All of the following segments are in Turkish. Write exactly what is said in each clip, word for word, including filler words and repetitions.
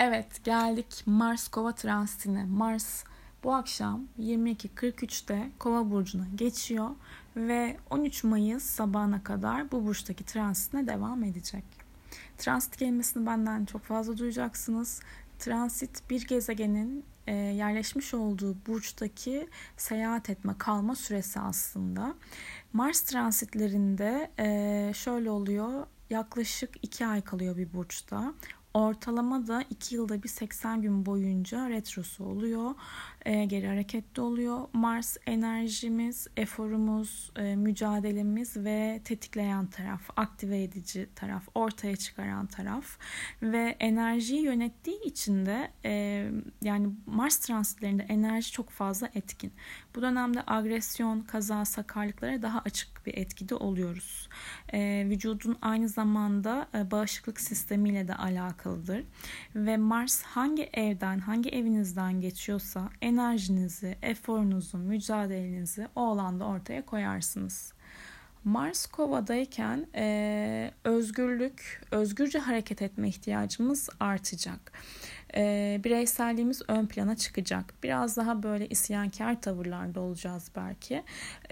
Evet, geldik Mars Kova transitine. Mars bu akşam yirmi iki kırk üçte Kova burcuna geçiyor ve on üç Mayıs sabahına kadar bu burçtaki transitine devam edecek. Transit kelimesini benden çok fazla duyacaksınız. Transit bir gezegenin e, yerleşmiş olduğu burçtaki seyahat etme, kalma süresi aslında. Mars transitlerinde e, şöyle oluyor. Yaklaşık iki ay kalıyor bir burçta. Ortalama da iki yılda bir seksen gün boyunca retrosu oluyor. E, geri hareketli oluyor. Mars enerjimiz, eforumuz, e, mücadelemiz ve tetikleyen taraf, aktive edici taraf, ortaya çıkaran taraf ve enerjiyi yönettiği için de e, yani Mars transitlerinde enerji çok fazla etkin. Bu dönemde agresyon, kaza, sakarlıklara daha açık bir etkide oluyoruz. E, vücudun aynı zamanda e, bağışıklık sistemiyle de alakalıdır. Ve Mars hangi evden, hangi evinizden geçiyorsa enerjinizi, eforunuzu, mücadelenizi o alanda ortaya koyarsınız. Mars Kova'dayken e, özgürlük, özgürce hareket etme ihtiyacımız artacak. E, bireyselliğimiz ön plana çıkacak. Biraz daha böyle isyankar tavırlarda olacağız belki.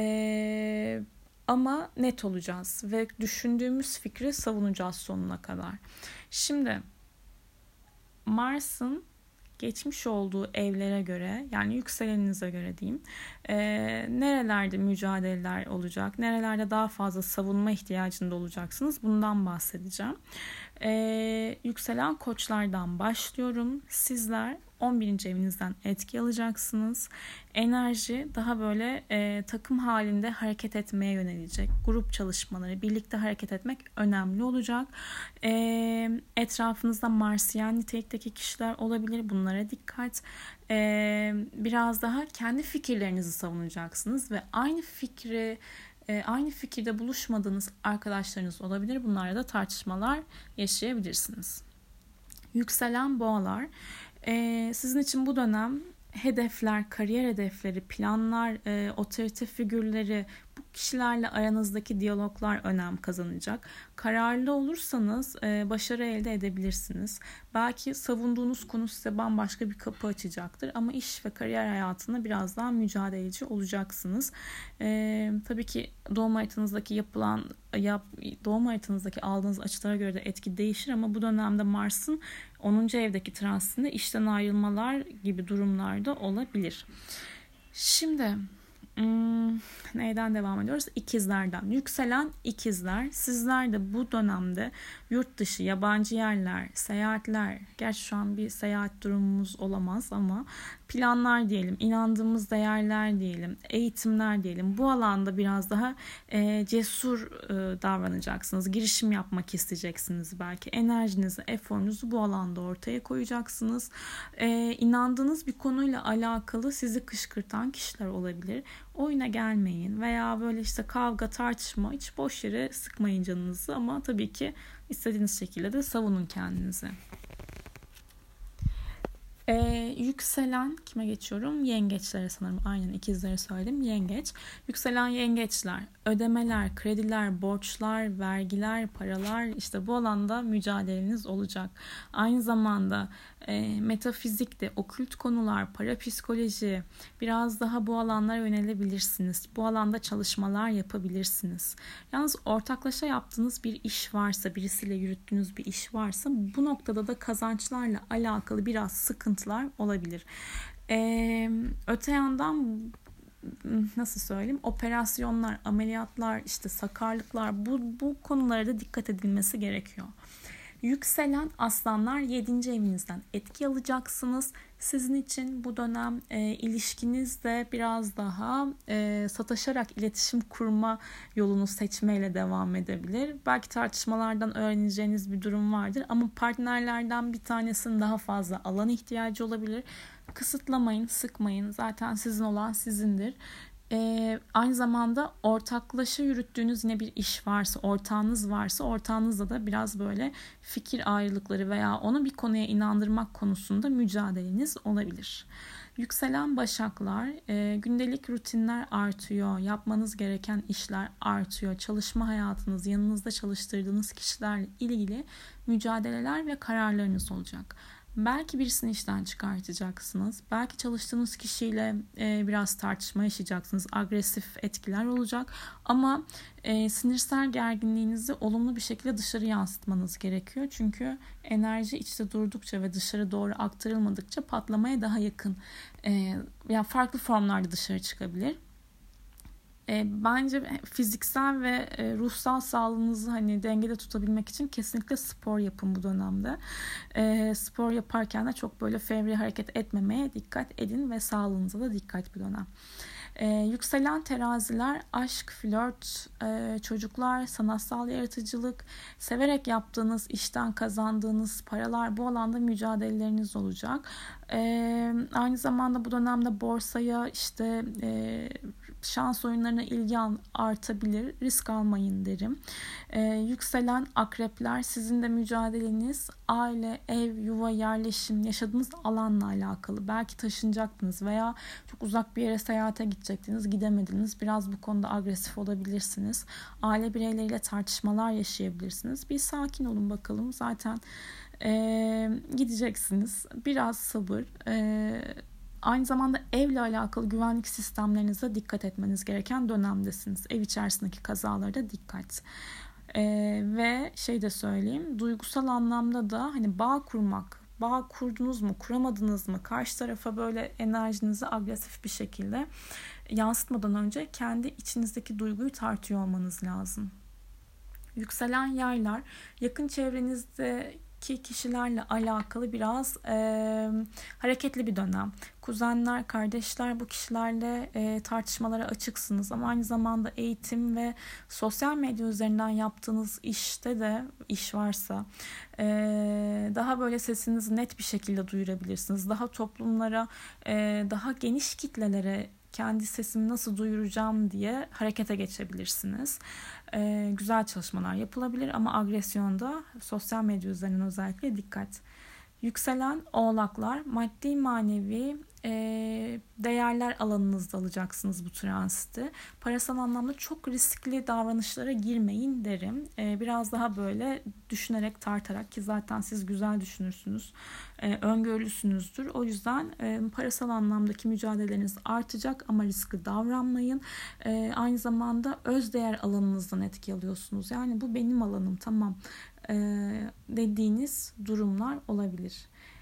E, ama net olacağız ve düşündüğümüz fikri savunacağız sonuna kadar. Şimdi Mars'ın geçmiş olduğu evlere göre, yani yükseleninize göre diyeyim, e, nerelerde mücadeleler olacak, nerelerde daha fazla savunma ihtiyacında olacaksınız, bundan bahsedeceğim. E, yükselen koçlardan başlıyorum. Sizler on birinci evinizden etki alacaksınız. Enerji daha böyle e, takım halinde hareket etmeye yönelecek. Grup çalışmaları, birlikte hareket etmek önemli olacak. E, etrafınızda Marsiyen nitelikteki kişiler olabilir. Bunlara dikkat. E, biraz daha kendi fikirlerinizi savunacaksınız ve aynı fikri aynı fikirde buluşmadığınız arkadaşlarınız olabilir. Bunlarla da tartışmalar yaşayabilirsiniz. Yükselen boğalar, sizin için bu dönem hedefler, kariyer hedefleri, planlar, otorite figürleri, bu kişilerle aranızdaki diyaloglar önem kazanacak. Kararlı olursanız başarı elde edebilirsiniz. Belki savunduğunuz konu size bambaşka bir kapı açacaktır ama iş ve kariyer hayatında biraz daha mücadeleci olacaksınız. Ee, tabii ki doğum haritanızdaki yapılan, yap, doğum haritanızdaki aldığınız açılara göre de etki değişir ama bu dönemde Mars'ın onuncu evdeki transitinde işten ayrılmalar gibi durumlarda olabilir. Şimdi Hmm, neyden devam ediyoruz? İkizlerden. Yükselen ikizler. Sizler de bu dönemde yurt dışı, yabancı yerler, seyahatler, gerçi şu an bir seyahat durumumuz olamaz ama planlar diyelim, inandığımız değerler diyelim, eğitimler diyelim. Bu alanda biraz daha e, cesur e, davranacaksınız. Girişim yapmak isteyeceksiniz belki. Enerjinizi, eforunuzu bu alanda ortaya koyacaksınız. E, inandığınız bir konuyla alakalı sizi kışkırtan kişiler olabilir. Oyuna gelmeyin veya böyle işte kavga, tartışma, hiç boş yere sıkmayın canınızı ama tabii ki istediğiniz şekilde de savunun kendinizi. Ee, yükselen kime geçiyorum? Yengeçlere sanırım. Aynen ikizleri söyledim. Yengeç. Yükselen yengeçler, ödemeler, krediler, borçlar, vergiler, paralar, işte bu alanda mücadeleniz olacak. Aynı zamanda e, metafizikte, okült konular, parapsikoloji, biraz daha bu alanlara yönelebilirsiniz. Bu alanda çalışmalar yapabilirsiniz. Yalnız ortaklaşa yaptığınız bir iş varsa, birisiyle yürüttüğünüz bir iş varsa bu noktada da kazançlarla alakalı biraz sıkıntı olabilir. Ee, öte yandan nasıl söyleyeyim, operasyonlar, ameliyatlar, işte sakarlıklar, bu, bu konulara da dikkat edilmesi gerekiyor. Yükselen aslanlar yedinci evinizden etki alacaksınız. Sizin için bu dönem e, ilişkinizde biraz daha e, sataşarak iletişim kurma yolunu seçmeyle devam edebilir. Belki tartışmalardan öğreneceğiniz bir durum vardır ama partnerlerden bir tanesinin daha fazla alan ihtiyacı olabilir. Kısıtlamayın, sıkmayın. Zaten sizin olan sizindir. Ee, aynı zamanda ortaklaşa yürüttüğünüz yine bir iş varsa, ortağınız varsa ortağınızla da biraz böyle fikir ayrılıkları veya onu bir konuya inandırmak konusunda mücadeleniz olabilir. Yükselen başaklar, e, gündelik rutinler artıyor, yapmanız gereken işler artıyor, çalışma hayatınız, yanınızda çalıştırdığınız kişilerle ilgili mücadeleler ve kararlarınız olacak. Belki birisini işten çıkartacaksınız. Belki çalıştığınız kişiyle e, biraz tartışma yaşayacaksınız. Agresif etkiler olacak. Ama e, sinirsel gerginliğinizi olumlu bir şekilde dışarı yansıtmanız gerekiyor. Çünkü enerji içte durdukça ve dışarı doğru aktarılmadıkça patlamaya daha yakın. E, yani farklı formlarda dışarı çıkabilir. E, bence fiziksel ve e, ruhsal sağlığınızı hani dengede tutabilmek için kesinlikle spor yapın bu dönemde. E, spor yaparken de çok böyle fevri hareket etmemeye dikkat edin ve sağlığınıza da dikkat bir dönem. Ee, yükselen teraziler, aşk, flört, e, çocuklar, sanatsal yaratıcılık, severek yaptığınız işten kazandığınız paralar, bu alanda mücadeleleriniz olacak. Ee, aynı zamanda bu dönemde borsaya, işte e, şans oyunlarına ilgi artabilir. Risk almayın derim. Ee, yükselen akrepler, sizin de mücadeleniz aile, ev, yuva, yerleşim, yaşadığınız alanla alakalı. Belki taşınacaktınız veya çok uzak bir yere seyahate gidecektiniz, gidemediniz. Biraz bu konuda agresif olabilirsiniz. Aile bireyleriyle tartışmalar yaşayabilirsiniz. Bir sakin olun bakalım. Zaten ee, gideceksiniz. Biraz sabır. Ee, Aynı zamanda evle alakalı güvenlik sistemlerinize dikkat etmeniz gereken dönemdesiniz. Ev içerisindeki kazalara da dikkat. Ee, ve şey de söyleyeyim, duygusal anlamda da hani bağ kurmak, bağ kurdunuz mu, kuramadınız mı, karşı tarafa böyle enerjinizi agresif bir şekilde yansıtmadan önce kendi içinizdeki duyguyu tartıyor olmanız lazım. Yükselen yaylar, yakın çevrenizde ki kişilerle alakalı biraz e, hareketli bir dönem. Kuzenler, kardeşler, bu kişilerle e, tartışmalara açıksınız ama aynı zamanda eğitim ve sosyal medya üzerinden yaptığınız işte de, iş varsa e, daha böyle sesinizi net bir şekilde duyurabilirsiniz. Daha toplumlara, e, daha geniş kitlelere kendi sesimi nasıl duyuracağım diye harekete geçebilirsiniz. Ee, güzel çalışmalar yapılabilir ama agresyonda sosyal medya üzerinden özellikle dikkat. Yükselen oğlaklar, maddi manevi e, değerler alanınızda alacaksınız bu transiti. Parasal anlamda çok riskli davranışlara girmeyin derim. E, biraz daha böyle düşünerek, tartarak, ki zaten siz güzel düşünürsünüz, e, öngörülüsünüzdür. O yüzden e, parasal anlamdaki mücadeleleriniz artacak ama riskli davranmayın. E, aynı zamanda özdeğer alanınızdan etki alıyorsunuz. Yani bu benim alanım, tamam dediğiniz durumlar olabilir.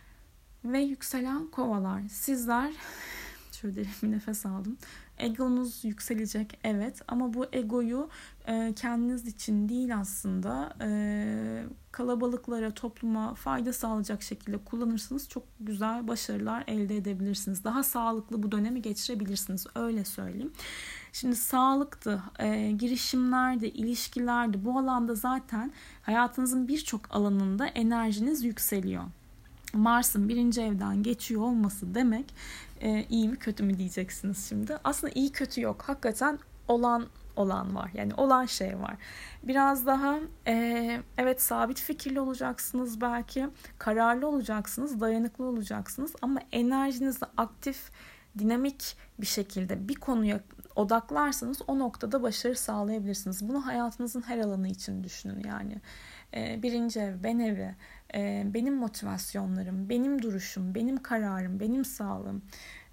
Ve yükselen kovalar, sizler, şöyle derin bir nefes aldım, egonuz yükselecek evet, ama bu egoyu e, kendiniz için değil aslında e, kalabalıklara, topluma fayda sağlayacak şekilde kullanırsanız çok güzel başarılar elde edebilirsiniz. Daha sağlıklı bu dönemi geçirebilirsiniz, öyle söyleyeyim. Şimdi sağlıktı, e, girişimlerde, ilişkilerde, bu alanda zaten hayatınızın birçok alanında enerjiniz yükseliyor. Mars'ın birinci evden geçiyor olması demek e, iyi mi kötü mü diyeceksiniz şimdi. Aslında iyi kötü yok. Hakikaten olan olan var. Yani olan şey var. Biraz daha e, evet sabit fikirli olacaksınız belki. Kararlı olacaksınız, dayanıklı olacaksınız. Ama enerjinizi aktif, dinamik bir şekilde bir konuya odaklarsanız o noktada başarı sağlayabilirsiniz. Bunu hayatınızın her alanı için düşünün yani. E, birinci ev, ben evi, e, benim motivasyonlarım, benim duruşum, benim kararım, benim sağlığım.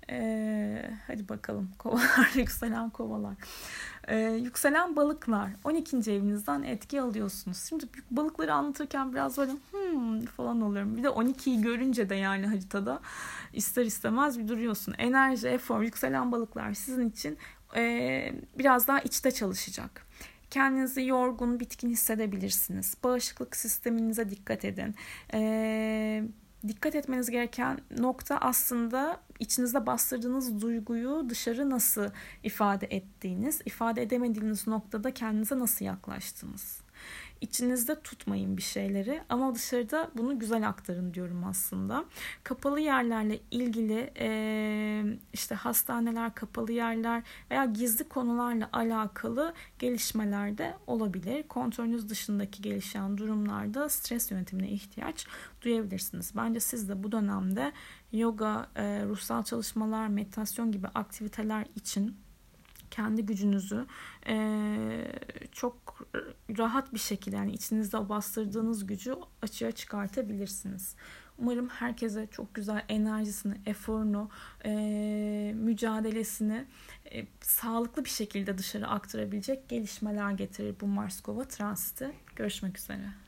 E, hadi bakalım kovalar, yükselen kovalar. E, yükselen balıklar, on ikinci evinizden etki alıyorsunuz. Şimdi balıkları anlatırken biraz böyle hmm falan oluyorum. Bir de on ikiyi görünce de yani haritada ister istemez bir duruyorsun. Enerji, efor, yükselen balıklar sizin için e, biraz daha içte çalışacak. Kendinizi yorgun, bitkin hissedebilirsiniz. Bağışıklık sisteminize dikkat edin. Ee, dikkat etmeniz gereken nokta aslında içinizde bastırdığınız duyguyu dışarı nasıl ifade ettiğiniz, ifade edemediğiniz noktada kendinize nasıl yaklaştınız. İçinizde tutmayın bir şeyleri ama dışarıda bunu güzel aktarın diyorum aslında. Kapalı yerlerle ilgili işte hastaneler, kapalı yerler veya gizli konularla alakalı gelişmeler de olabilir. Kontrolünüz dışındaki gelişen durumlarda stres yönetimine ihtiyaç duyabilirsiniz. Bence siz de bu dönemde yoga, ruhsal çalışmalar, meditasyon gibi aktiviteler için kendi gücünüzü e, çok rahat bir şekilde, yani içinizde bastırdığınız gücü açığa çıkartabilirsiniz. Umarım herkese çok güzel enerjisini, eforunu, e, mücadelesini e, sağlıklı bir şekilde dışarı aktarabilecek gelişmeler getirir bu Mars Kova transiti. Görüşmek üzere.